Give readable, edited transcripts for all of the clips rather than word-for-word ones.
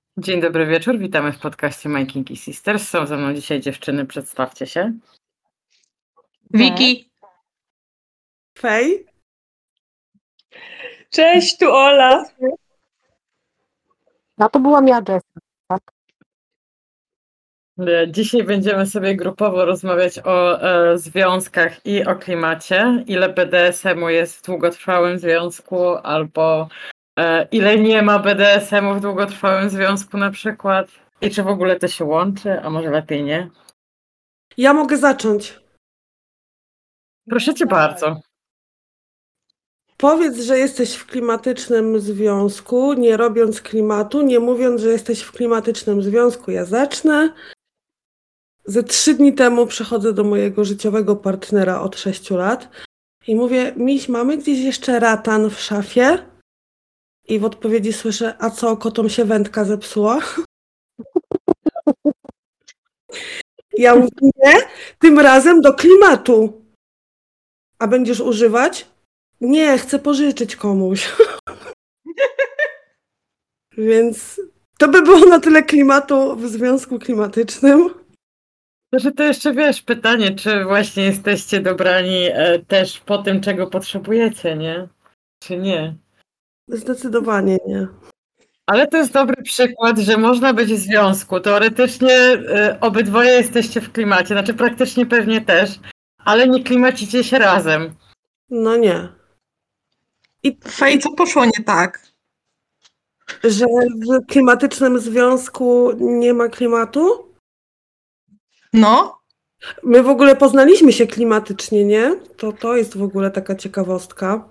Dzień dobry wieczór, witamy w podcaście My Kinky Sisters. Są ze mną dzisiaj dziewczyny, przedstawcie się. Wiki. Fej. Cześć, tu Ola. No to byłam ja, Jessica, tak? Dzisiaj będziemy sobie grupowo rozmawiać o związkach i o klimacie. Ile BDSM-u jest w długotrwałym związku, albo ile nie ma BDSM-u w długotrwałym związku na przykład. I czy w ogóle to się łączy, a może lepiej nie? Ja mogę zacząć. Proszę cię bardzo. Powiedz, że jesteś w klimatycznym związku, nie robiąc klimatu, nie mówiąc, że jesteś w klimatycznym związku. Ja zacznę. Ze 3 dni temu przychodzę do mojego życiowego partnera od 6 lat i mówię: Miś, mamy gdzieś jeszcze ratan w szafie? I w odpowiedzi słyszę: a co, kotom się wędka zepsuła? Ja mówię: nie, tym razem do klimatu. A będziesz używać? Nie, chcę pożyczyć komuś. Więc to by było na tyle klimatu w związku klimatycznym. Znaczy to jeszcze wiesz, pytanie, czy właśnie jesteście dobrani też po tym, czego potrzebujecie, nie? Czy nie? Zdecydowanie nie. Ale to jest dobry przykład, że można być w związku. Teoretycznie obydwoje jesteście w klimacie, znaczy praktycznie pewnie też, ale nie klimacicie się razem. No nie. Fej, co poszło nie tak? Że w klimatycznym związku nie ma klimatu? No, My w ogóle poznaliśmy się klimatycznie, nie? To jest w ogóle taka ciekawostka.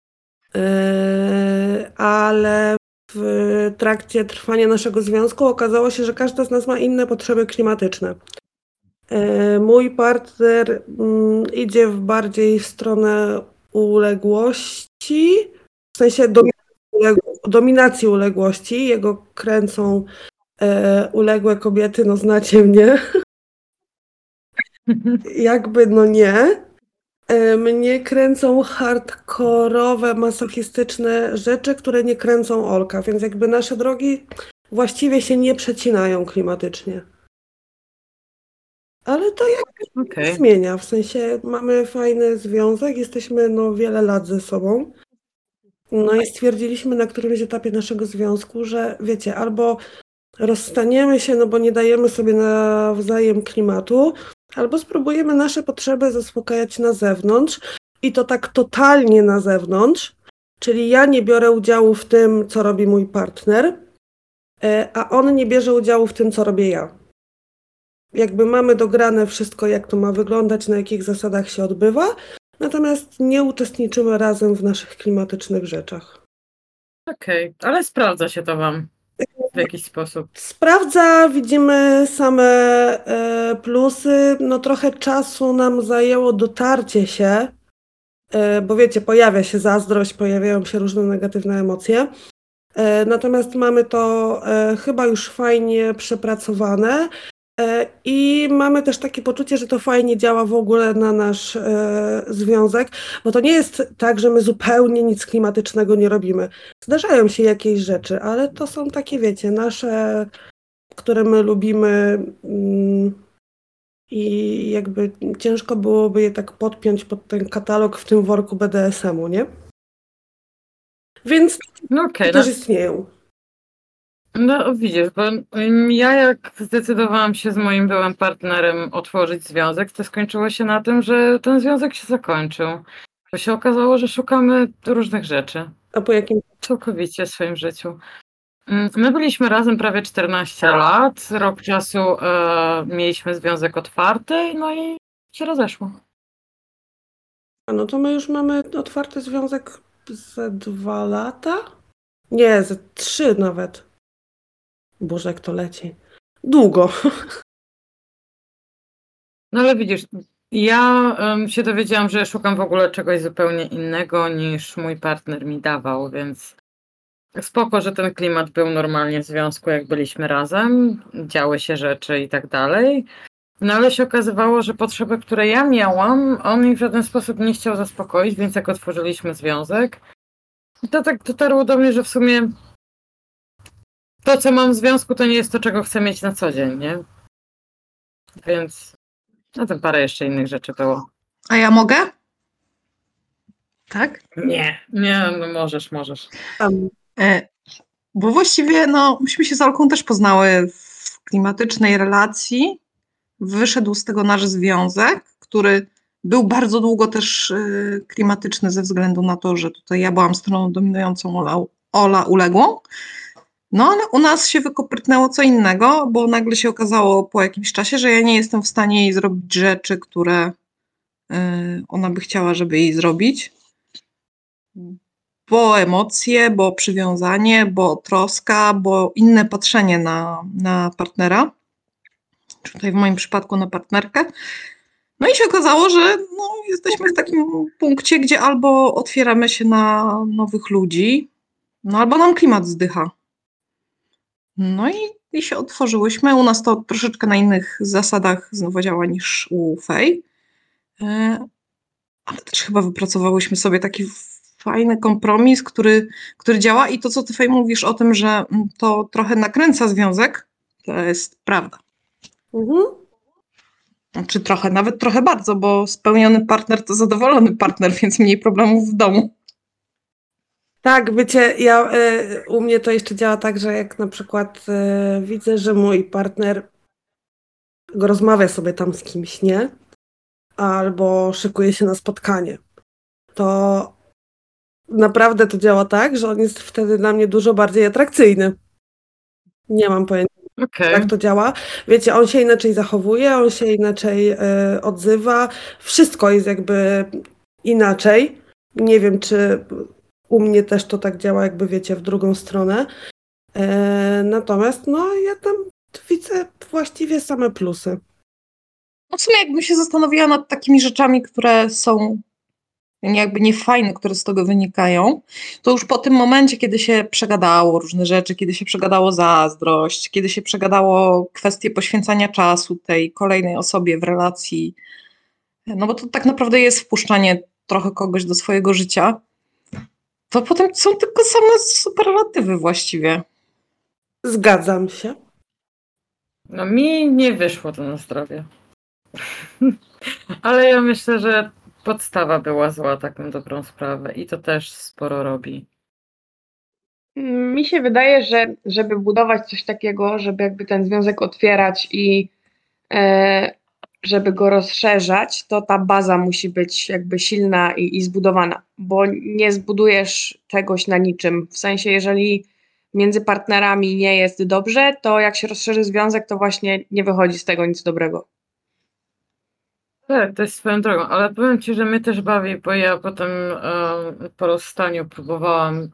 Ale w trakcie trwania naszego związku okazało się, że każda z nas ma inne potrzeby klimatyczne. Mój partner idzie bardziej w stronę uległości, w sensie dominacji uległości. Jego kręcą uległe kobiety, no znacie mnie. Jakby no nie. Mnie kręcą hardkorowe, masochistyczne rzeczy, które nie kręcą Olka, więc jakby nasze drogi właściwie się nie przecinają klimatycznie. Ale to jak zmienia, w sensie mamy fajny związek, jesteśmy wiele lat ze sobą. No i stwierdziliśmy na którymś etapie naszego związku, że wiecie, albo rozstaniemy się, bo nie dajemy sobie nawzajem klimatu, albo spróbujemy nasze potrzeby zaspokajać na zewnątrz i to tak totalnie na zewnątrz, czyli ja nie biorę udziału w tym, co robi mój partner, a on nie bierze udziału w tym, co robię ja. Jakby mamy dograne wszystko, jak to ma wyglądać, na jakich zasadach się odbywa, natomiast nie uczestniczymy razem w naszych klimatycznych rzeczach. Okej, ale sprawdza się to wam w jakiś sposób. Sprawdza, widzimy same plusy. Trochę czasu nam zajęło dotarcie się, bo wiecie, pojawia się zazdrość, pojawiają się różne negatywne emocje. Natomiast mamy to chyba już fajnie przepracowane i mamy też takie poczucie, że to fajnie działa w ogóle na nasz związek, bo to nie jest tak, że my zupełnie nic klimatycznego nie robimy. Zdarzają się jakieś rzeczy, ale to są takie, wiecie, nasze, które my lubimy i jakby ciężko byłoby je tak podpiąć pod ten katalog w tym worku BDSM-u, nie? Więc też istnieją. No widzisz, bo ja jak zdecydowałam się z moim byłym partnerem otworzyć związek, to skończyło się na tym, że ten związek się zakończył. Bo się okazało, że szukamy różnych rzeczy. A po jakim? Całkowicie w swoim życiu. My byliśmy razem prawie 14 lat, rok czasu mieliśmy związek otwarty, no i się rozeszło. No to my już mamy otwarty związek za 2 lata? Nie, za 3 nawet. Boże, jak to leci. Długo. No ale widzisz, ja się dowiedziałam, że szukam w ogóle czegoś zupełnie innego niż mój partner mi dawał, więc spoko, że ten klimat był normalnie w związku, jak byliśmy razem, działy się rzeczy i tak dalej. No ale się okazywało, że potrzeby, które ja miałam, on mi w żaden sposób nie chciał zaspokoić, więc jak otworzyliśmy związek, to tak dotarło do mnie, że w sumie to, co mam w związku, to nie jest to, czego chcę mieć na co dzień, nie? Więc no to parę jeszcze innych rzeczy było. A ja mogę? Tak? Nie, no możesz. Bo właściwie myśmy się z Olką też poznały w klimatycznej relacji. Wyszedł z tego nasz związek, który był bardzo długo też klimatyczny ze względu na to, że tutaj ja byłam stroną dominującą, Ola uległą. No ale u nas się wykoprytnęło co innego, bo nagle się okazało po jakimś czasie, że ja nie jestem w stanie jej zrobić rzeczy, które ona by chciała, żeby jej zrobić. Bo emocje, bo przywiązanie, bo troska, bo inne patrzenie na partnera, czy tutaj w moim przypadku na partnerkę. No i się okazało, że jesteśmy w takim punkcie, gdzie albo otwieramy się na nowych ludzi, albo nam klimat zdycha. No i się otworzyłyśmy. U nas to troszeczkę na innych zasadach znowu działa niż u Fej. Ale też chyba wypracowałyśmy sobie taki fajny kompromis, który działa i to, co ty, Fej, mówisz o tym, że to trochę nakręca związek, to jest prawda. Czy trochę, nawet trochę bardzo, bo spełniony partner to zadowolony partner, więc mniej problemów w domu. Tak, wiecie, u mnie to jeszcze działa tak, że jak na przykład widzę, że mój partner rozmawia sobie tam z kimś, nie? Albo szykuje się na spotkanie, to naprawdę to działa tak, że on jest wtedy dla mnie dużo bardziej atrakcyjny. Nie mam pojęcia, jak to działa. Wiecie, on się inaczej zachowuje, on się inaczej odzywa. Wszystko jest jakby inaczej. Nie wiem, czy u mnie też to tak działa, jakby wiecie, w drugą stronę. Natomiast ja tam widzę właściwie same plusy. No w sumie jakbym się zastanowiła nad takimi rzeczami, które są jakby niefajne, które z tego wynikają, to już po tym momencie, kiedy się przegadało różne rzeczy, kiedy się przegadało zazdrość, kiedy się przegadało kwestie poświęcania czasu tej kolejnej osobie w relacji, no bo to tak naprawdę jest wpuszczanie trochę kogoś do swojego życia, to potem są tylko same superlatywy właściwie. Zgadzam się. No mi nie wyszło to na zdrowie. Ale ja myślę, że podstawa była zła, tak na dobrą sprawę i to też sporo robi. Mi się wydaje, że żeby budować coś takiego, żeby jakby ten związek otwierać i żeby go rozszerzać, to ta baza musi być jakby silna i zbudowana, bo nie zbudujesz czegoś na niczym. W sensie, jeżeli między partnerami nie jest dobrze, to jak się rozszerzy związek, to właśnie nie wychodzi z tego nic dobrego. Tak, to jest swoją drogą, ale powiem ci, że mnie też bawi, bo ja potem po rozstaniu próbowałam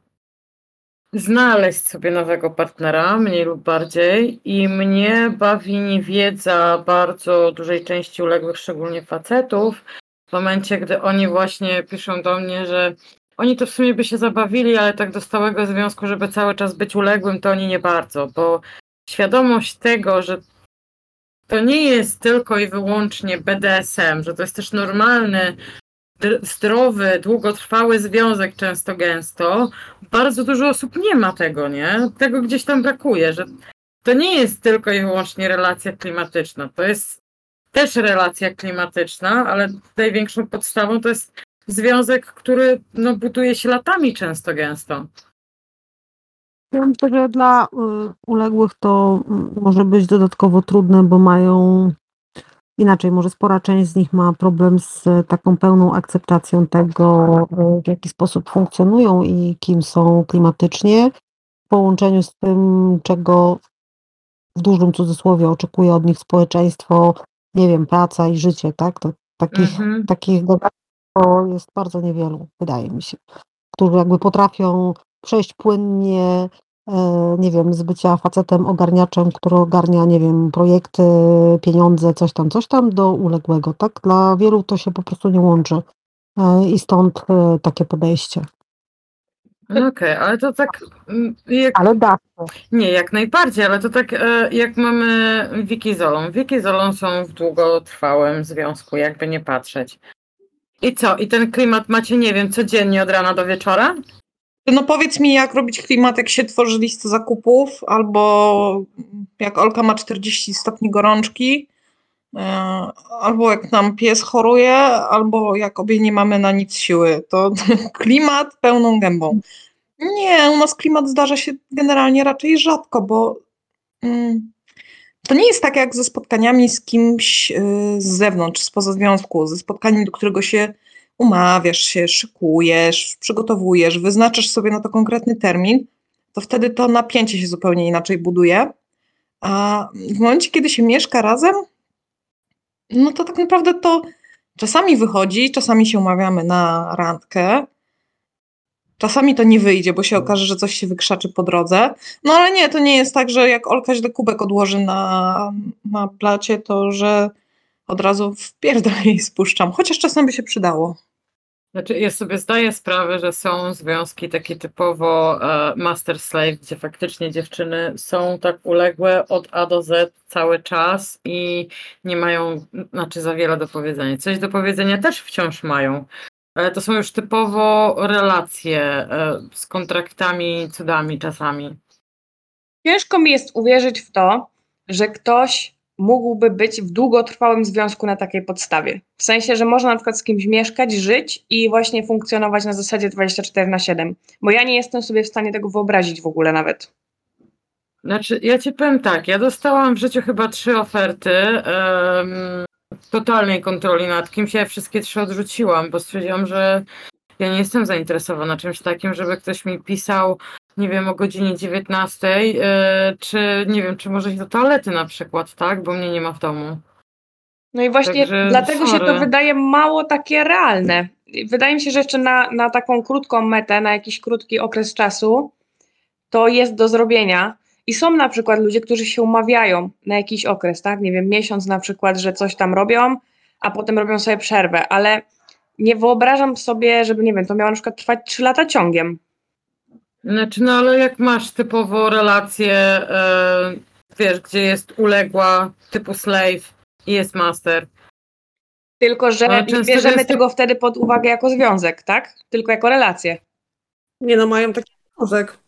znaleźć sobie nowego partnera, mniej lub bardziej, i mnie bawi niewiedza bardzo dużej części uległych, szczególnie facetów, w momencie, gdy oni właśnie piszą do mnie, że oni to w sumie by się zabawili, ale tak do stałego związku, żeby cały czas być uległym, to oni nie bardzo, bo świadomość tego, że to nie jest tylko i wyłącznie BDSM, że to jest też normalny, zdrowy, długotrwały związek często gęsto. Bardzo dużo osób nie ma tego, nie? Tego gdzieś tam brakuje, że to nie jest tylko i wyłącznie relacja klimatyczna. To jest też relacja klimatyczna, ale największą podstawą to jest związek, który buduje się latami często gęsto. Ja myślę, że dla uległych to może być dodatkowo trudne, bo mają inaczej, może spora część z nich ma problem z taką pełną akceptacją tego, w jaki sposób funkcjonują i kim są klimatycznie, w połączeniu z tym, czego w dużym cudzysłowie oczekuje od nich społeczeństwo, nie wiem, praca i życie, tak? To takich dodatków jest bardzo niewielu, wydaje mi się, którzy jakby potrafią przejść płynnie, nie wiem, z bycia facetem ogarniaczem, który ogarnia, nie wiem, projekty, pieniądze, coś tam, do uległego, tak? Dla wielu to się po prostu nie łączy i stąd takie podejście. Okej, ale to tak... Ale da się. Nie, jak najbardziej, ale to tak jak mamy Wiki z Olą. Wiki z Olą są w długotrwałym związku, jakby nie patrzeć. I co? I ten klimat macie, nie wiem, codziennie od rana do wieczora? No powiedz mi, jak robić klimat, jak się tworzy listę zakupów, albo jak Olka ma 40 stopni gorączki, e, albo jak nam pies choruje, albo jak obie nie mamy na nic siły. To klimat pełną gębą. Nie, u nas klimat zdarza się generalnie raczej rzadko, bo to nie jest tak jak ze spotkaniami z kimś z zewnątrz, spoza związku, ze spotkaniem, do którego się umawiasz, się szykujesz, przygotowujesz, wyznaczasz sobie na to konkretny termin, to wtedy to napięcie się zupełnie inaczej buduje. A w momencie, kiedy się mieszka razem, no to tak naprawdę to czasami wychodzi, czasami się umawiamy na randkę, czasami to nie wyjdzie, bo się okaże, że coś się wykrzaczy po drodze. No ale nie, to nie jest tak, że jak Olka źle kubek odłoży na blacie, to że od razu w pierdol jej spuszczam. Chociaż czasem by się przydało. Znaczy, ja sobie zdaję sprawę, że są związki takie typowo master-slave, gdzie faktycznie dziewczyny są tak uległe od A do Z cały czas i nie mają, znaczy za wiele do powiedzenia. Coś do powiedzenia też wciąż mają, ale to są już typowo relacje z kontraktami, cudami czasami. Ciężko mi jest uwierzyć w to, że ktoś mógłby być w długotrwałym związku na takiej podstawie. W sensie, że można na przykład z kimś mieszkać, żyć i właśnie funkcjonować na zasadzie 24/7. Bo ja nie jestem sobie w stanie tego wyobrazić w ogóle nawet. Znaczy, ja ci powiem tak, ja dostałam w życiu chyba 3 oferty totalnej kontroli nad kimś, ja wszystkie 3 odrzuciłam, bo stwierdziłam, że ja nie jestem zainteresowana czymś takim, żeby ktoś mi pisał, nie wiem, o godzinie 19, czy nie wiem, czy może iść do toalety na przykład, tak, bo mnie nie ma w domu. No i właśnie Także dlatego się to sorry. wydaje mało takie realne. Wydaje mi się, że jeszcze na taką krótką metę, na jakiś krótki okres czasu, to jest do zrobienia. I są na przykład ludzie, którzy się umawiają na jakiś okres, tak? Nie wiem, miesiąc na przykład, że coś tam robią, a potem robią sobie przerwę, ale nie wyobrażam sobie, żeby, nie wiem, to miało na przykład trwać 3 lata ciągiem. Znaczy, no ale jak masz typowo relację, wiesz, gdzie jest uległa, typu slave i jest master. Tylko, że Ale nie często bierzemy jest to- tego wtedy pod uwagę jako związek, tak? Tylko jako relację. Nie no, mają taki związek.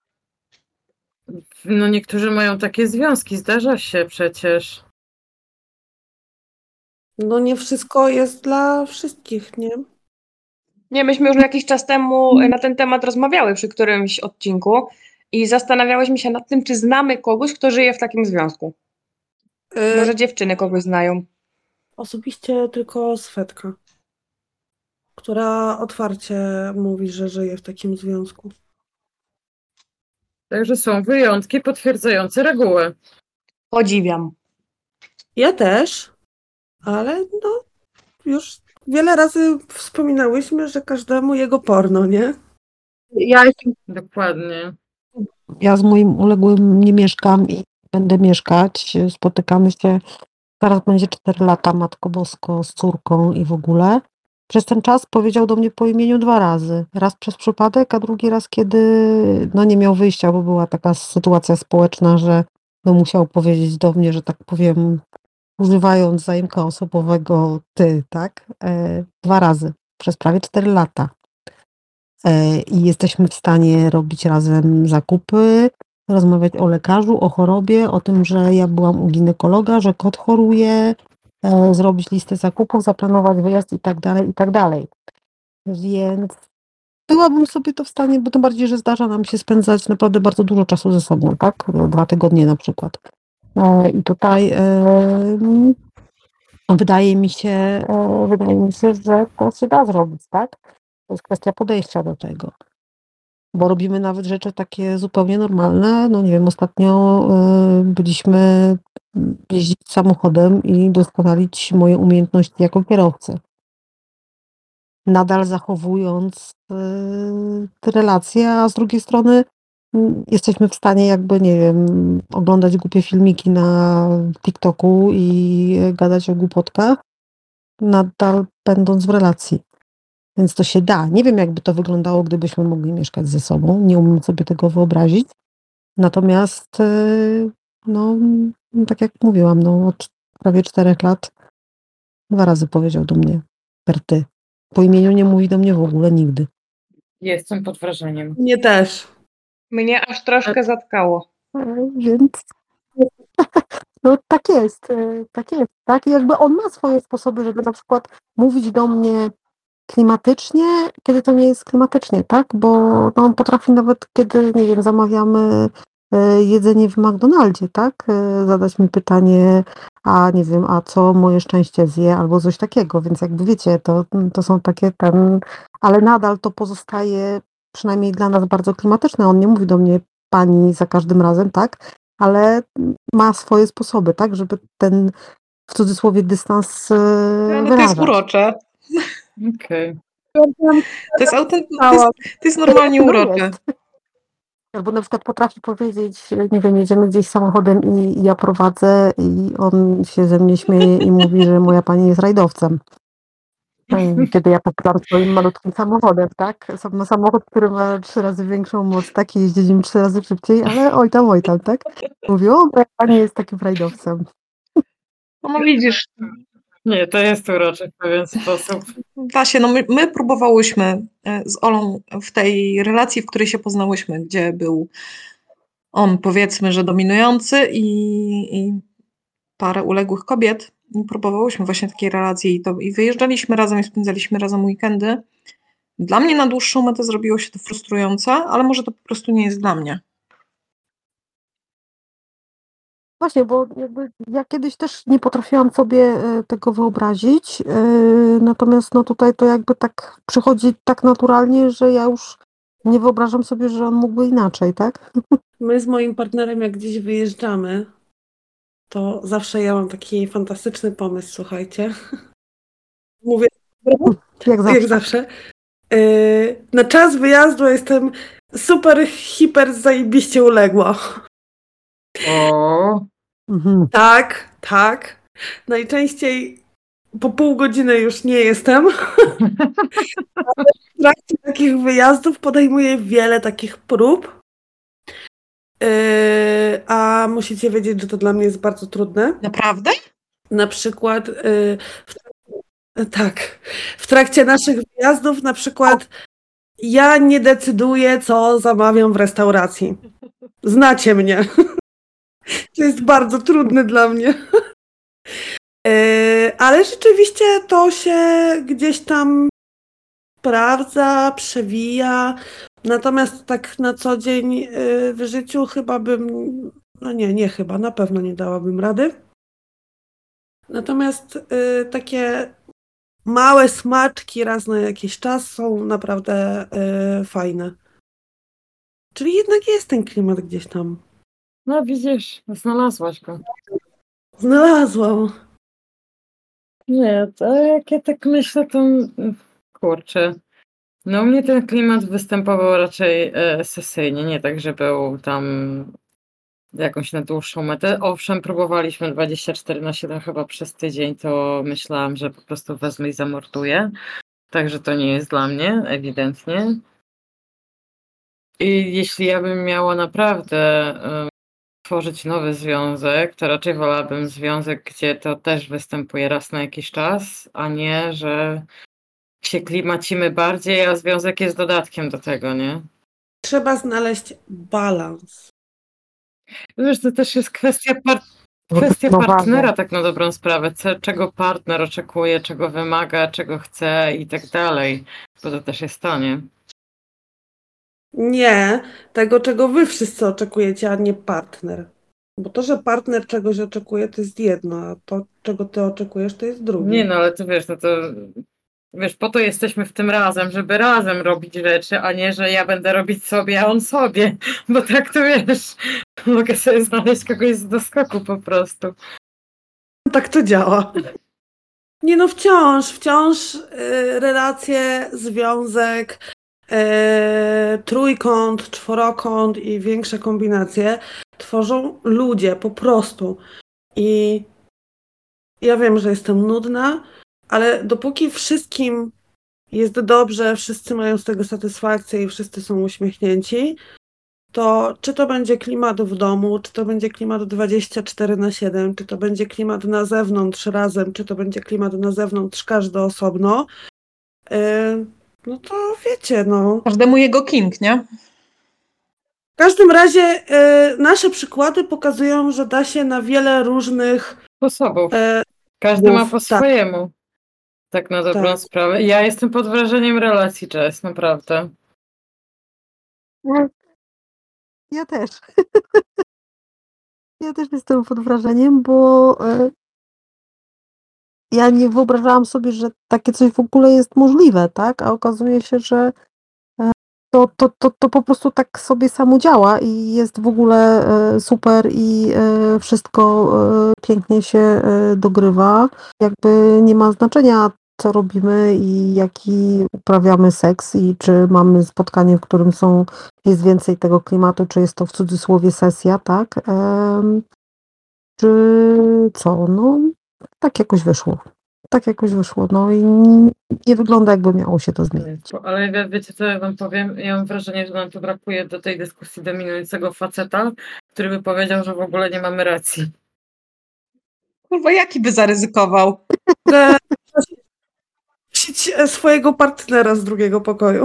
No niektórzy mają takie związki, zdarza się przecież. No nie wszystko jest dla wszystkich, nie? Nie, myśmy już jakiś czas temu na ten temat rozmawiały przy którymś odcinku i zastanawiałyśmy się nad tym, czy znamy kogoś, kto żyje w takim związku. Może dziewczyny kogoś znają. Osobiście tylko Svetka, która otwarcie mówi, że żyje w takim związku. Także są wyjątki potwierdzające regułę. Podziwiam. Ja też, ale no już wiele razy wspominałyśmy, że każdemu jego porno, nie? Dokładnie. Ja z moim uległym nie mieszkam i będę mieszkać. Spotykamy się, zaraz będzie 4 lata, Matko Bosko, z córką i w ogóle. Przez ten czas powiedział do mnie po imieniu 2 razy. Raz przez przypadek, a drugi raz, kiedy no nie miał wyjścia, bo była taka sytuacja społeczna, że no musiał powiedzieć do mnie, że tak powiem, używając zaimka osobowego ty, tak? 2 razy przez prawie 4 lata. I jesteśmy w stanie robić razem zakupy, rozmawiać o lekarzu, o chorobie, o tym, że ja byłam u ginekologa, że kot choruje, zrobić listę zakupów, zaplanować wyjazd i tak dalej, i tak dalej. Więc byłabym sobie to w stanie, bo tym bardziej, że zdarza nam się spędzać naprawdę bardzo dużo czasu ze sobą, tak? 2 tygodnie na przykład. I tutaj wydaje mi się, że to się da zrobić, tak? To jest kwestia podejścia do tego. Bo robimy nawet rzeczy takie zupełnie normalne. No nie wiem, ostatnio byliśmy jeździć samochodem i doskonalić moje umiejętności jako kierowcy. Nadal zachowując te relacje, a z drugiej strony jesteśmy w stanie jakby, nie wiem, oglądać głupie filmiki na TikToku i gadać o głupotkach, nadal będąc w relacji. Więc to się da. Nie wiem, jakby to wyglądało, gdybyśmy mogli mieszkać ze sobą. Nie umiem sobie tego wyobrazić. Natomiast, no, tak jak mówiłam, no, od prawie 4 lat 2 razy powiedział do mnie per ty. Po imieniu nie mówi do mnie w ogóle nigdy. Jestem pod wrażeniem. Mnie też. Mnie aż troszkę zatkało. Więc no tak jest, tak jest, tak? I jakby on ma swoje sposoby, żeby na przykład mówić do mnie klimatycznie, kiedy to nie jest klimatycznie, tak? Bo no, on potrafi nawet, kiedy, nie wiem, zamawiamy jedzenie w McDonaldzie, tak? Zadać mi pytanie, a nie wiem, a co moje szczęście zje, albo coś takiego, więc jakby wiecie, to są takie ale nadal to pozostaje przynajmniej dla nas bardzo klimatyczne. On nie mówi do mnie pani za każdym razem, tak? Ale ma swoje sposoby, tak? Żeby ten, w cudzysłowie, dystans Ale to jest wyrażać. urocze. Okej. To jest normalnie No urocze. jest. Albo na przykład potrafi powiedzieć, nie wiem, jedziemy gdzieś samochodem i ja prowadzę i on się ze mnie śmieje i mówi, że moja pani jest rajdowcem. Kiedy ja popytam swoim malutkim samochodem, tak? Samochód, który ma 3 razy większą moc, tak? I jeździ nim 3 razy szybciej, ale oj tam, tak? Mówi, o, moja pani jest takim rajdowcem. No widzisz, Nie, to jest urocze w pewien sposób. Da się, no my próbowałyśmy z Olą w tej relacji, w której się poznałyśmy, gdzie był on, powiedzmy, że dominujący i parę uległych kobiet. I próbowałyśmy właśnie takiej relacji i wyjeżdżaliśmy razem i spędzaliśmy razem weekendy. Dla mnie na dłuższą metę zrobiło się to frustrujące, ale może to po prostu nie jest dla mnie. Właśnie, bo jakby ja kiedyś też nie potrafiłam sobie tego wyobrazić, natomiast no tutaj to jakby tak przychodzi tak naturalnie, że ja już nie wyobrażam sobie, że on mógłby inaczej, tak? My z moim partnerem, jak gdzieś wyjeżdżamy, to zawsze ja mam taki fantastyczny pomysł, słuchajcie. Mówię, Jak zawsze. Na czas wyjazdu jestem super, hiper, zajebiście uległa. O, Mhm. Tak. Najczęściej po pół godziny już nie jestem. Ale w trakcie takich wyjazdów podejmuję wiele takich prób. A musicie wiedzieć, że to dla mnie jest bardzo trudne. Naprawdę? Na przykład w trakcie naszych wyjazdów na przykład ja nie decyduję, co zamawiam w restauracji. Znacie mnie. To jest bardzo trudne dla mnie. Ale rzeczywiście to się gdzieś tam sprawdza, przewija. Natomiast tak na co dzień w życiu chyba bym, no nie chyba, na pewno nie dałabym rady. Natomiast takie małe smaczki raz na jakiś czas są naprawdę fajne. Czyli jednak jest ten klimat gdzieś tam. no widzisz, znalazłaś go. Znalazłam. Nie, to jak ja tak myślę, to kurczę. No u mnie ten klimat występował raczej sesyjnie, nie tak, że był tam jakąś na dłuższą metę. Owszem, próbowaliśmy 24/7 chyba przez tydzień, to myślałam, że po prostu wezmę i zamorduję. Także to nie jest dla mnie, ewidentnie. I jeśli ja bym miała naprawdę tworzyć nowy związek, to raczej wolałabym związek, gdzie to też występuje raz na jakiś czas, a nie, że się klimacimy bardziej, a związek jest dodatkiem do tego, nie? Trzeba znaleźć balans. Wiesz, to też jest kwestia Równowaga. partnera, tak na dobrą sprawę. Czego partner oczekuje, czego wymaga, czego chce i tak dalej. Bo to też jest to, nie? Nie tego, czego wy wszyscy oczekujecie, a nie partner. Bo to, że partner czegoś oczekuje, to jest jedno, a to, czego ty oczekujesz, to jest drugie. Nie, no ale to wiesz, no to wiesz, po to jesteśmy w tym razem, żeby razem robić rzeczy, a nie, że ja będę robić sobie, a on sobie. Bo tak to wiesz, mogę sobie znaleźć kogoś z doskoku po prostu. Tak to działa. Nie no, wciąż relacje, związek, trójkąt, czworokąt i większe kombinacje tworzą ludzie po prostu. I ja wiem, że jestem nudna, ale dopóki wszystkim jest dobrze, wszyscy mają z tego satysfakcję i wszyscy są uśmiechnięci, to czy to będzie klimat w domu, czy to będzie klimat 24/7, czy to będzie klimat na zewnątrz razem, czy to będzie klimat na zewnątrz każdy osobno, No to wiecie, no. Każdemu jego king, nie? W każdym razie nasze przykłady pokazują, że da się na wiele różnych Sposobów. Każdy ma po tak. swojemu. Tak na dobrą Tak. sprawę. Ja jestem pod wrażeniem relacji, Jess, naprawdę. Ja też. Ja też jestem pod wrażeniem, bo ja nie wyobrażałam sobie, że takie coś w ogóle jest możliwe, tak? A okazuje się, że to po prostu tak sobie samo działa i jest w ogóle super i wszystko pięknie się dogrywa. Jakby nie ma znaczenia, co robimy i jaki uprawiamy seks i czy mamy spotkanie, w którym jest więcej tego klimatu, czy jest to w cudzysłowie sesja, tak? Czy co? No, tak jakoś wyszło. Tak jakoś wyszło. No i nie wygląda, jakby miało się to zmienić. Ale wiecie, co ja wam powiem? Ja mam wrażenie, że nam tu brakuje do tej dyskusji dominującego faceta, który by powiedział, że w ogóle nie mamy racji. Kurwa, jaki by zaryzykował? Mogę prosić swojego partnera z drugiego pokoju.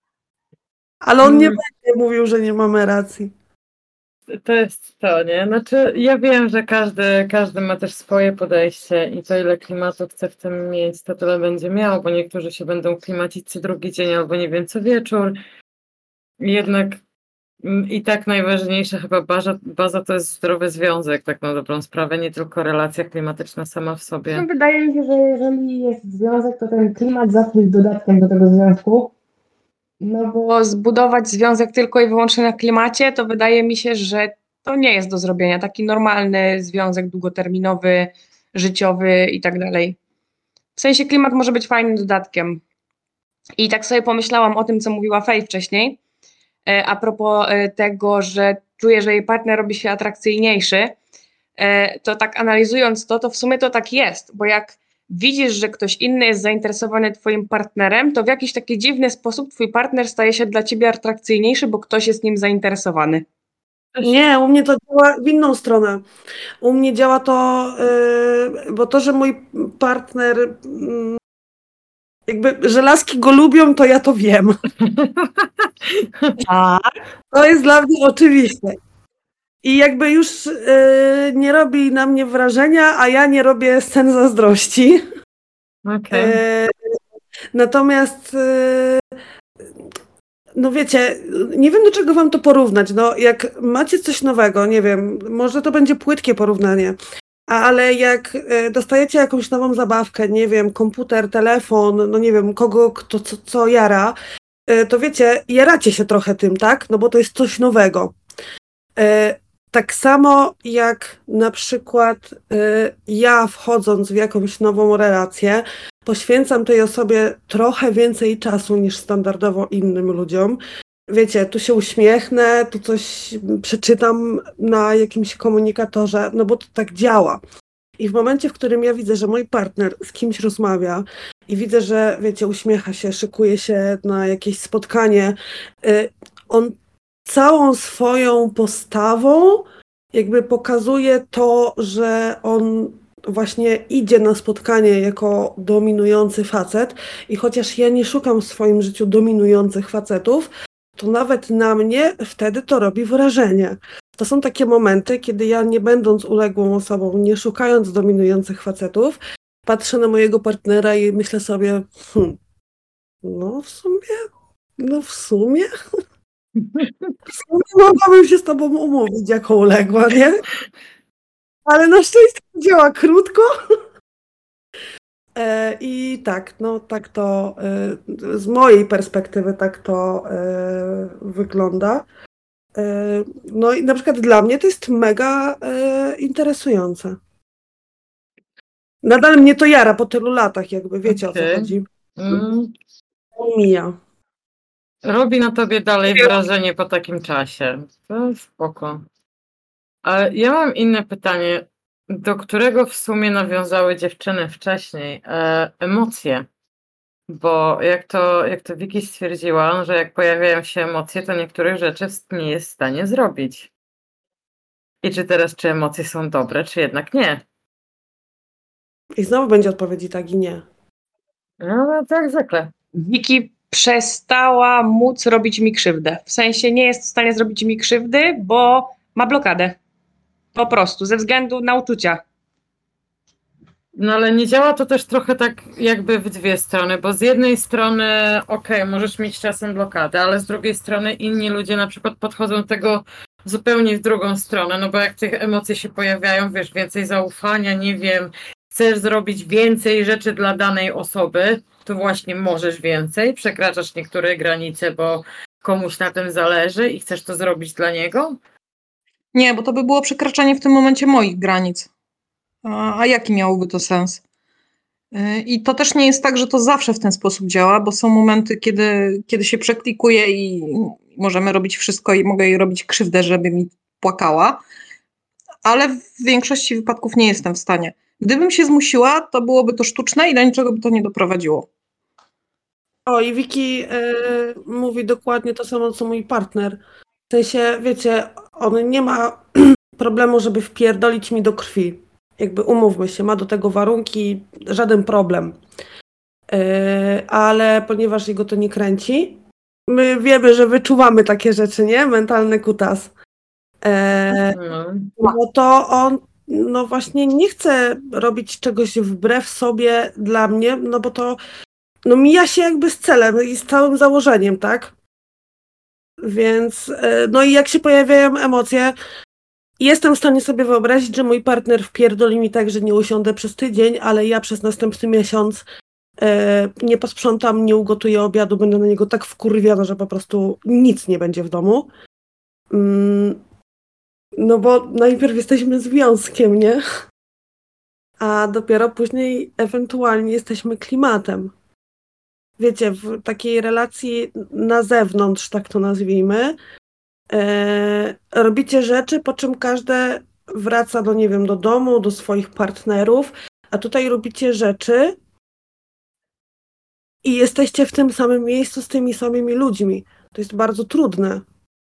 Ale on nie będzie mówił, że nie mamy racji. To jest to, nie? Znaczy, ja wiem, że każdy ma też swoje podejście i to, ile klimatu chce w tym mieć, to tyle będzie miał, bo niektórzy się będą klimacić co drugi dzień albo nie wiem, co wieczór. Jednak i tak najważniejsza chyba baza to jest zdrowy związek, tak na dobrą sprawę, nie tylko relacja klimatyczna sama w sobie. No, wydaje mi się, że jeżeli jest związek, to ten klimat zawsze jest dodatkiem do tego związku. No bo zbudować związek tylko i wyłącznie na klimacie, to wydaje mi się, że to nie jest do zrobienia. Taki normalny związek długoterminowy, życiowy i tak dalej. W sensie klimat może być fajnym dodatkiem. I tak sobie pomyślałam o tym, co mówiła Fej wcześniej, a propos tego, że czuję, że jej partner robi się atrakcyjniejszy, to tak analizując to w sumie to tak jest, bo jak widzisz, że ktoś inny jest zainteresowany twoim partnerem, to w jakiś taki dziwny sposób twój partner staje się dla ciebie atrakcyjniejszy, bo ktoś jest nim zainteresowany. Nie, u mnie to działa w inną stronę. U mnie działa to, bo to, że mój partner jakby, że laski go lubią, to ja to wiem. To jest dla mnie oczywiste. I jakby już nie robi na mnie wrażenia, a ja nie robię scen zazdrości. Okay. Natomiast no wiecie, nie wiem, do czego wam to porównać. No, jak macie coś nowego, nie wiem, może to będzie płytkie porównanie, ale jak dostajecie jakąś nową zabawkę, nie wiem, komputer, telefon, no nie wiem, kogo, kto, co jara, to wiecie, jaracie się trochę tym, tak? No bo to jest coś nowego. Tak samo jak na przykład ja, wchodząc w jakąś nową relację, poświęcam tej osobie trochę więcej czasu niż standardowo innym ludziom. Wiecie, tu się uśmiechnę, tu coś przeczytam na jakimś komunikatorze, no bo to tak działa. I w momencie, w którym ja widzę, że mój partner z kimś rozmawia i widzę, że wiecie, uśmiecha się, szykuje się na jakieś spotkanie, on całą swoją postawą jakby pokazuje to, że on właśnie idzie na spotkanie jako dominujący facet i chociaż ja nie szukam w swoim życiu dominujących facetów, to nawet na mnie wtedy to robi wrażenie. To są takie momenty, kiedy ja, nie będąc uległą osobą, nie szukając dominujących facetów, patrzę na mojego partnera i myślę sobie, no w sumie mogłabym się z tobą umówić jako uległa, nie? Ale na szczęście działa krótko. I tak, no tak to z mojej perspektywy tak to wygląda. No i na przykład dla mnie to jest mega interesujące. Nadal mnie to jara po tylu latach, jakby wiecie, o co chodzi. Mija. Robi na tobie dalej wrażenie po takim czasie. To jest spoko. Ale ja mam inne pytanie, do którego w sumie nawiązały dziewczyny wcześniej. Emocje. Bo jak to Wiki stwierdziła, że jak pojawiają się emocje, to niektórych rzeczy nie jest w stanie zrobić. I czy emocje są dobre, czy jednak nie? I znowu będzie odpowiedzi tak i nie. No tak zwykle. Wiki przestała móc robić mi krzywdę. W sensie nie jest w stanie zrobić mi krzywdy, bo ma blokadę. Po prostu, ze względu na uczucia. No ale nie działa to też trochę tak jakby w dwie strony, bo z jednej strony możesz mieć czasem blokadę, ale z drugiej strony inni ludzie na przykład podchodzą do tego zupełnie w drugą stronę, no bo jak tych emocji się pojawiają, wiesz, więcej zaufania, nie wiem, chcesz zrobić więcej rzeczy dla danej osoby, to właśnie możesz więcej, przekraczasz niektóre granice, bo komuś na tym zależy i chcesz to zrobić dla niego? Nie, bo to by było przekraczanie w tym momencie moich granic. A jaki miałoby to sens? I to też nie jest tak, że to zawsze w ten sposób działa, bo są momenty, kiedy się przeklikuje i możemy robić wszystko i mogę jej robić krzywdę, żeby mi płakała, ale w większości wypadków nie jestem w stanie. Gdybym się zmusiła, to byłoby to sztuczne i do niczego by to nie doprowadziło. O, i Wiki mówi dokładnie to samo, co mój partner. W sensie, wiecie, on nie ma problemu, żeby wpierdolić mi do krwi. Jakby umówmy się, ma do tego warunki, żaden problem. Ale ponieważ jego to nie kręci, my wiemy, że wyczuwamy takie rzeczy, nie? Mentalny kutas. No to on no właśnie nie chce robić czegoś wbrew sobie dla mnie, no bo to no mija się jakby z celem i z całym założeniem, tak? Więc no i jak się pojawiają emocje, jestem w stanie sobie wyobrazić, że mój partner wpierdoli mi tak, że nie usiądę przez tydzień, ale ja przez następny miesiąc nie posprzątam, nie ugotuję obiadu, będę na niego tak wkurwiona, że po prostu nic nie będzie w domu. No bo najpierw jesteśmy związkiem, nie? A dopiero później ewentualnie jesteśmy klimatem. Wiecie, w takiej relacji na zewnątrz, tak to nazwijmy, robicie rzeczy, po czym każde wraca do, nie wiem, do domu, do swoich partnerów, a tutaj robicie rzeczy i jesteście w tym samym miejscu z tymi samymi ludźmi. To jest bardzo trudne.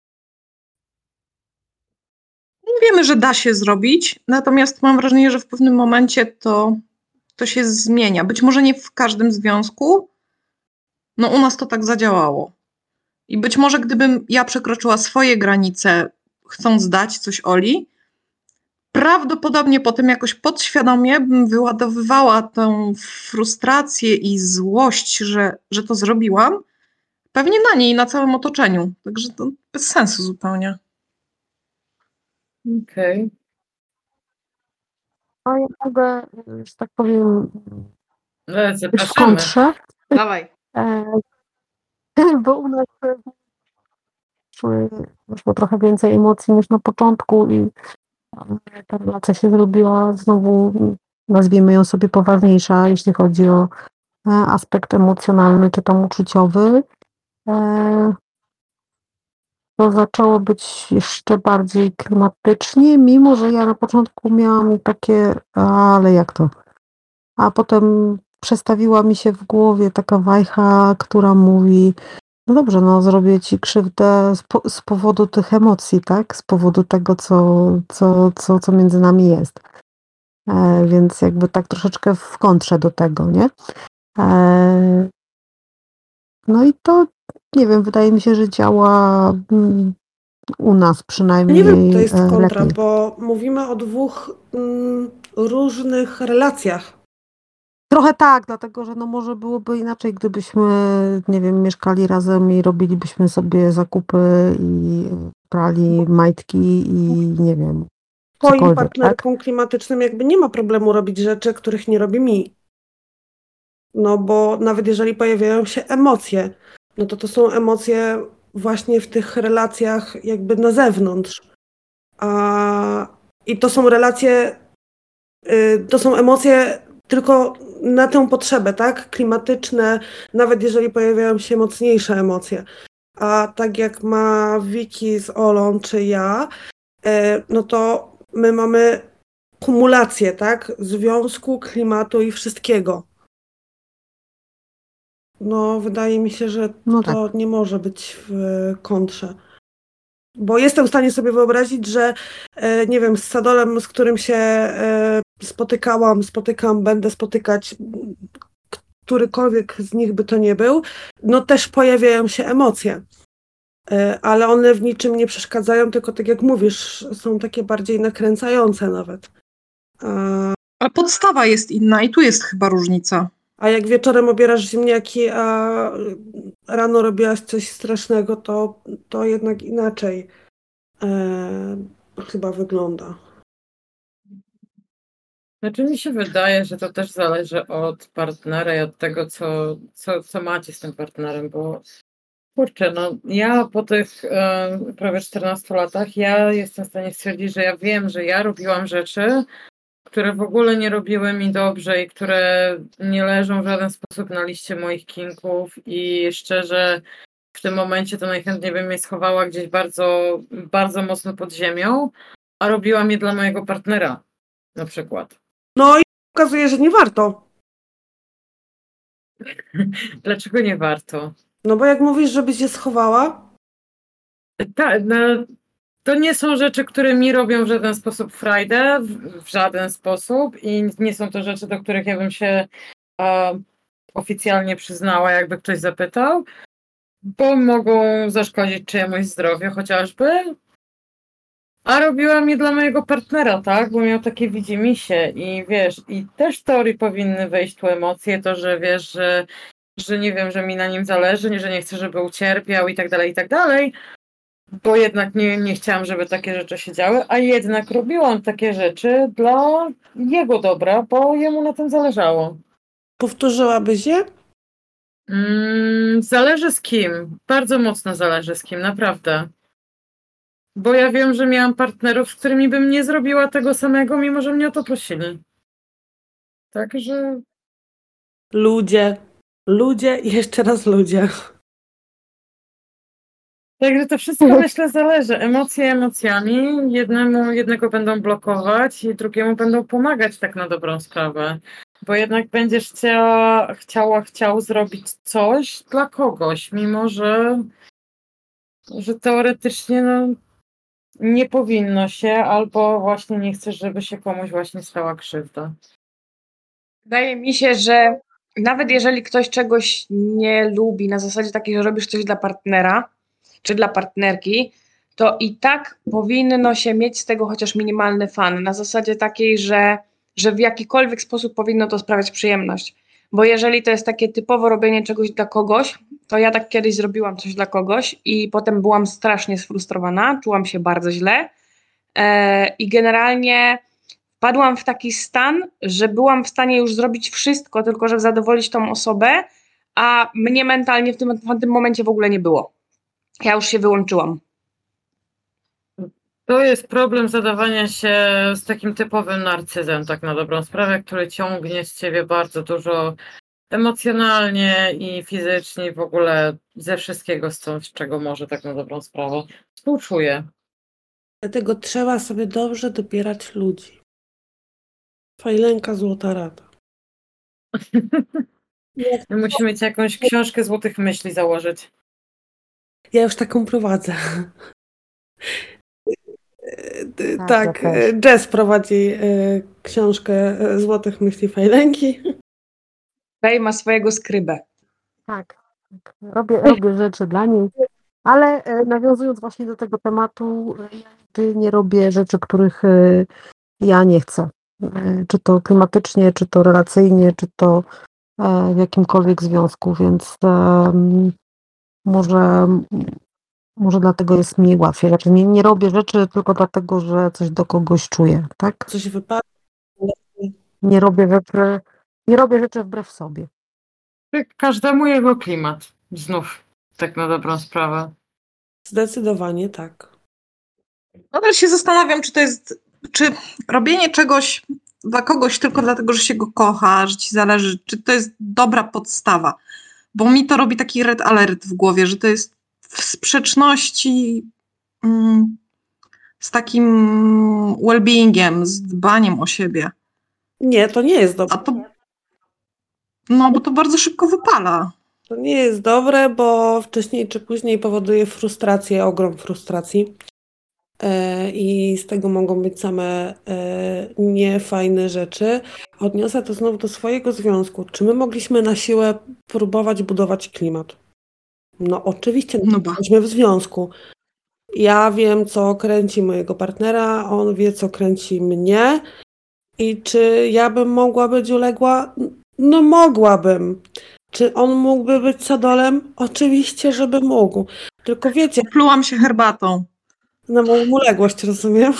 Wiemy, że da się zrobić, natomiast mam wrażenie, że w pewnym momencie to się zmienia. Być może nie w każdym związku, no u nas to tak zadziałało. I być może gdybym ja przekroczyła swoje granice, chcąc dać coś Oli, prawdopodobnie potem jakoś podświadomie bym wyładowywała tę frustrację i złość, że to zrobiłam, pewnie na niej i na całym otoczeniu. Także to bez sensu zupełnie. Okej. A ja mogę, że tak powiem, być w Zapraszamy. kontrze, Dawaj. bo u nas wyszło trochę więcej emocji niż na początku i ta relacja się zrobiła znowu, nazwijmy ją sobie, poważniejsza, jeśli chodzi o aspekt emocjonalny czy tam uczuciowy. To zaczęło być jeszcze bardziej klimatycznie, mimo że ja na początku miałam takie, ale jak to? A potem przestawiła mi się w głowie taka wajcha, która mówi, no dobrze, no zrobię ci krzywdę z powodu tych emocji, tak? Z powodu tego, co między nami jest. Więc jakby tak troszeczkę w kontrze do tego, nie? No i to, nie wiem, wydaje mi się, że działa u nas przynajmniej Nie wiem, to jest kontra, lepiej. bo mówimy o dwóch różnych relacjach. Trochę tak, dlatego że no może byłoby inaczej, gdybyśmy, nie wiem, mieszkali razem i robilibyśmy sobie zakupy i prali majtki i nie wiem, Twoim cokolwiek, tak? partnerkom klimatycznym jakby nie ma problemu robić rzeczy, których nie robi mi. No bo nawet jeżeli pojawiają się emocje, no to są emocje właśnie w tych relacjach jakby na zewnątrz. I to są relacje, to są emocje tylko na tę potrzebę, tak? Klimatyczne, nawet jeżeli pojawiają się mocniejsze emocje. A tak jak ma Wiki z Olą czy ja, no to my mamy kumulację, tak? Związku, klimatu i wszystkiego. No, wydaje mi się, że No to nie może być w kontrze. Bo jestem w stanie sobie wyobrazić, że nie wiem, z Sadolem, z którym się spotykam, będę spotykać którykolwiek z nich by to nie był, no też pojawiają się emocje. Ale one w niczym nie przeszkadzają, tylko tak jak mówisz, są takie bardziej nakręcające nawet. Ale podstawa jest inna i tu jest chyba różnica. A jak wieczorem obierasz ziemniaki, a rano robiłaś coś strasznego, to jednak inaczej chyba wygląda. Znaczy mi się wydaje, że to też zależy od partnera i od tego, co macie z tym partnerem, bo kurczę, no ja po tych prawie 14 latach ja jestem w stanie stwierdzić, że ja wiem, że ja robiłam rzeczy, które w ogóle nie robiły mi dobrze i które nie leżą w żaden sposób na liście moich kinków i szczerze w tym momencie to najchętniej bym je schowała gdzieś bardzo, bardzo mocno pod ziemią, a robiłam je dla mojego partnera na przykład. No i okazuje, że nie warto. Dlaczego nie warto? No bo jak mówisz, żebyś je schowała, Tak, no, to nie są rzeczy, które mi robią w żaden sposób frajdę, w żaden sposób i nie są to rzeczy, do których ja bym się oficjalnie przyznała, jakby ktoś zapytał, bo mogą zaszkodzić czyjemuś zdrowiu chociażby. A robiłam je dla mojego partnera, tak? Bo miał takie widzimisię i wiesz, i też w teorii powinny wejść tu emocje, to, że wiesz, że nie wiem, że mi na nim zależy, że nie chcę, żeby ucierpiał i tak dalej, bo jednak nie chciałam, żeby takie rzeczy się działy, a jednak robiłam takie rzeczy dla jego dobra, bo jemu na tym zależało. powtórzyłabyś je? Zależy z kim, bardzo mocno zależy z kim, naprawdę. Bo ja wiem, że miałam partnerów, z którymi bym nie zrobiła tego samego, mimo że mnie o to prosili. Także Ludzie i jeszcze raz ludzie. Także to wszystko myślę zależy. Emocje emocjami. Jednego będą blokować i drugiemu będą pomagać tak na dobrą sprawę. Bo jednak będziesz chciał zrobić coś dla kogoś, mimo że teoretycznie nie powinno się, albo właśnie nie chcesz, żeby się komuś właśnie stała krzywda. Wydaje mi się, że nawet jeżeli ktoś czegoś nie lubi, na zasadzie takiej, że robisz coś dla partnera czy dla partnerki, to i tak powinno się mieć z tego chociaż minimalny fan. Na zasadzie takiej, że w jakikolwiek sposób powinno to sprawiać przyjemność. Bo jeżeli to jest takie typowo robienie czegoś dla kogoś, to ja tak kiedyś zrobiłam coś dla kogoś i potem byłam strasznie sfrustrowana, czułam się bardzo źle i generalnie wpadłam w taki stan, że byłam w stanie już zrobić wszystko, tylko żeby zadowolić tą osobę, a mnie mentalnie w tym momencie w ogóle nie było. Ja już się wyłączyłam. To jest problem zadawania się z takim typowym narcyzem, tak na dobrą sprawę, który ciągnie z ciebie bardzo dużo emocjonalnie i fizycznie, i w ogóle ze wszystkiego, z czego może, tak na dobrą sprawę. Współczuję. Dlatego trzeba sobie dobrze dobierać ludzi. Fajlenka, złota rada. My musimy mieć jakąś książkę złotych myśli założyć. Ja już taką prowadzę. Tak, ja też. Jess prowadzi książkę Złotych myśli Fajlenki. Ray ma swojego skrybę. Tak. Robię rzeczy dla niej, ale nawiązując właśnie do tego tematu, ja nigdy nie robię rzeczy, których ja nie chcę. Czy to klimatycznie, czy to relacyjnie, czy to w jakimkolwiek związku, więc może dlatego jest mi łatwiej. Znaczy nie robię rzeczy tylko dlatego, że coś do kogoś czuję, tak? Coś wypadło. Nie robię rzeczy wbrew sobie. Każdemu jego klimat. Znów, tak na dobrą sprawę. Zdecydowanie tak. Nadal się zastanawiam, czy robienie czegoś dla kogoś tylko dlatego, że się go kocha, że ci zależy, czy to jest dobra podstawa. Bo mi to robi taki red alert w głowie, że to jest w sprzeczności z takim well-beingiem, z dbaniem o siebie. Nie, to nie jest dobre. Bo to bardzo szybko wypala. To nie jest dobre, bo wcześniej czy później powoduje frustrację, ogrom frustracji. I z tego mogą być same niefajne rzeczy. odniosę to znowu do swojego związku. Czy my mogliśmy na siłę próbować budować klimat? No oczywiście, No ba. jesteśmy w związku. Ja wiem, co kręci mojego partnera, on wie, co kręci mnie. I czy ja bym mogła być uległa? No mogłabym. Czy on mógłby być sadolem? Oczywiście, żeby mógł. Tylko wiecie, Plułam się herbatą. na moją uległość, rozumiem?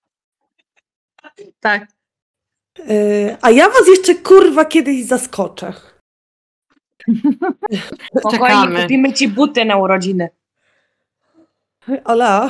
Tak. A ja was jeszcze kurwa kiedyś zaskoczę. Spokojnie, Czekamy. kupimy ci buty na urodziny. Ola.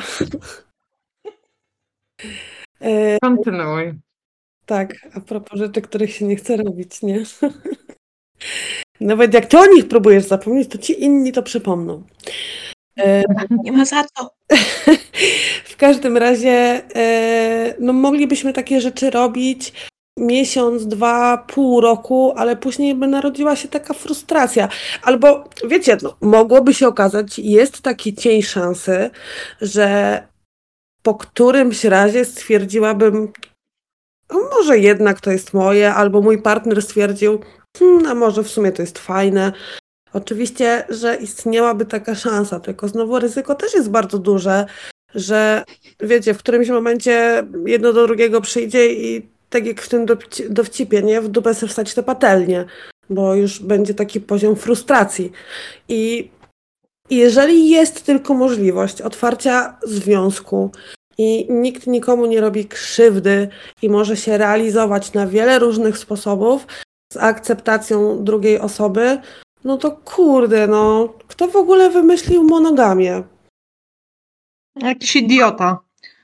Kontynuuj. Tak, a propos rzeczy, których się nie chce robić, nie? Nawet jak ty o nich próbujesz zapomnieć, to ci inni to przypomną. Nie ma za co. W każdym razie, no moglibyśmy takie rzeczy robić miesiąc, 2, pół roku, ale później by narodziła się taka frustracja. Albo, wiecie, no, mogłoby się okazać, jest taki cień szansy, że po którymś razie stwierdziłabym, no może jednak to jest moje, albo mój partner stwierdził, a może w sumie to jest fajne. Oczywiście, że istniałaby taka szansa, tylko znowu ryzyko też jest bardzo duże, że wiecie, w którymś momencie jedno do drugiego przyjdzie i tak jak w tym dowcipie, nie? W dupę sobie wstać te patelnie, bo już będzie taki poziom frustracji. I jeżeli jest tylko możliwość otwarcia związku i nikt nikomu nie robi krzywdy i może się realizować na wiele różnych sposobów z akceptacją drugiej osoby, no to kurde, no kto w ogóle wymyślił monogamię? Jakiś idiota.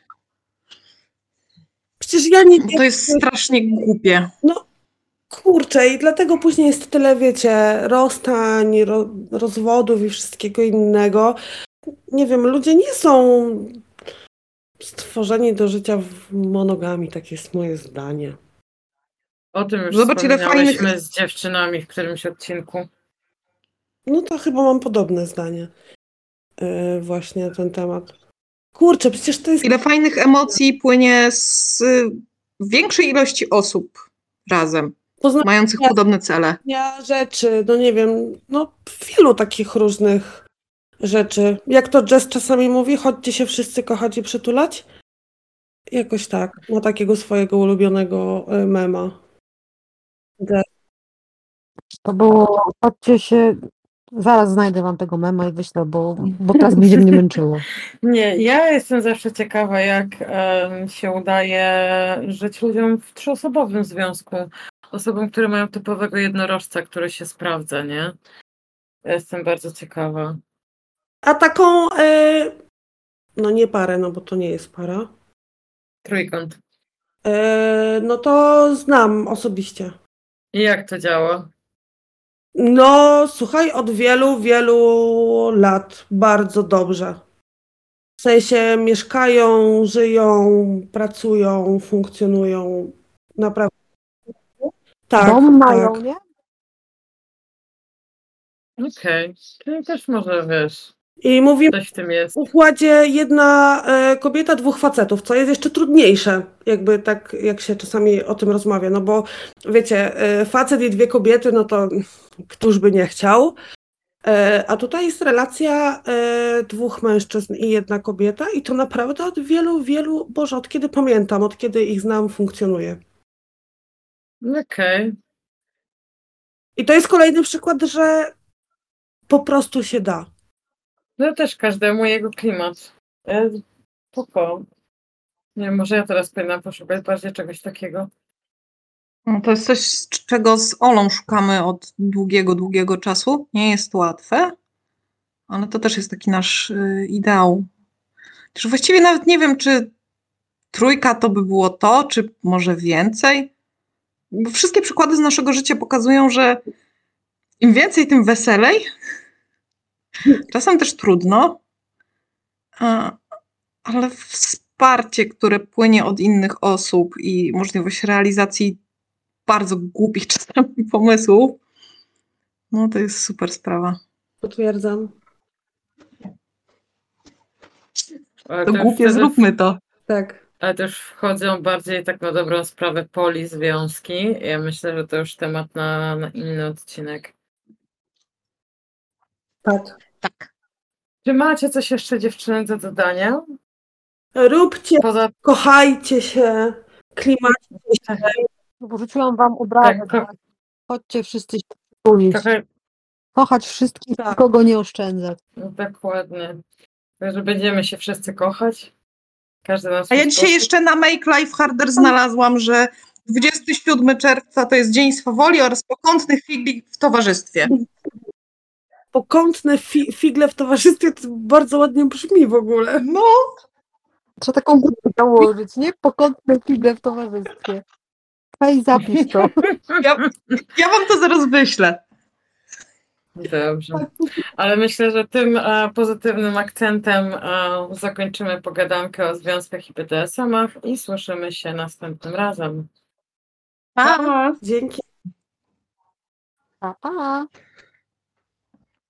Przecież ja nie To jest strasznie głupie. No kurczę, i dlatego później jest tyle, wiecie, rozstań, rozwodów i wszystkiego innego. Nie wiem, ludzie nie są stworzeni do życia w monogami, takie jest moje zdanie. O tym już Zobacz, ile wspominałyśmy fajnych- z dziewczynami w którymś odcinku. No to chyba mam podobne zdanie. Właśnie na ten temat. Kurczę, przecież to jest... Ile fajnych emocji płynie z większej ilości osób razem, mających podobne cele. rzeczy, no nie wiem, no wielu takich różnych rzeczy. Jak to Jess czasami mówi, chodźcie się wszyscy kochać i przytulać? Jakoś tak, ma takiego swojego ulubionego mema. To było, chodźcie się, zaraz znajdę wam tego mema i wyślę, bo teraz będzie mnie męczyło. Nie, ja jestem zawsze ciekawa, jak się udaje żyć ludziom w trzyosobowym związku. Osobom, które mają typowego jednorożca, który się sprawdza, nie? Ja jestem bardzo ciekawa. A taką, no nie parę, no bo to nie jest para, Trójkąt. no to znam osobiście. I jak to działa? No słuchaj, od wielu, wielu lat bardzo dobrze. W sensie mieszkają, żyją, pracują, funkcjonują. Naprawdę. Tak, Dom mają, tak. nie? Okej. Czyli też może, wiesz, I mówimy coś w tym jest. w układzie jedna kobieta, 2 facetów, co jest jeszcze trudniejsze, jakby tak jak się czasami o tym rozmawia, no bo wiecie, facet i 2 kobiety, no to któż by nie chciał, a tutaj jest relacja 2 mężczyzn i 1 kobieta i to naprawdę od wielu, Boże, od kiedy pamiętam, od kiedy ich znam, funkcjonuje. Okej. I to jest kolejny przykład, że po prostu się da. No też każdemu jego klimat. Spoko. Nie wiem, może ja teraz powinnam poszukać bardziej czegoś takiego. No, to jest coś, czego z Olą szukamy od długiego czasu. Nie jest łatwe, ale to też jest taki nasz ideał. Też właściwie nawet nie wiem, czy trójka to by było to, czy może więcej. Bo wszystkie przykłady z naszego życia pokazują, że im więcej, tym weselej. Czasem też trudno, ale wsparcie, które płynie od innych osób i możliwość realizacji bardzo głupich czasami pomysłów, no to jest super sprawa. Potwierdzam. Ale To już głupie, wtedy zróbmy to. Tak. Ale to już wchodzą bardziej tak na dobrą sprawę polizwiązki. Ja myślę, że to już temat na inny odcinek. Tak. Tak. Czy macie coś jeszcze, dziewczyny, do dodania? Róbcie, Poza kochajcie się, klimacie się. Porzuciłam wam obrazek. tak, Chodźcie wszyscy się przytulić. trochę Kochać wszystkich, Tak. nikogo nie oszczędzać. dokładnie. Że będziemy się wszyscy kochać. Każdy na A swój ja dzisiaj sposób. jeszcze na Make Life Harder znalazłam, że 27 czerwca to jest Dzień Swawoli oraz pokątnych figli w towarzystwie. Pokątne figle w towarzystwie to bardzo ładnie brzmi w ogóle. No, Trzeba taką grupę założyć, nie? Pokątne figle w towarzystwie. Hej, zapisz to. ja wam to zaraz wyślę. Dobrze. Ale myślę, że tym pozytywnym akcentem zakończymy pogadankę o związkach i BDSM-ach i słyszymy się następnym razem. Pa! Dzięki. Pa, pa.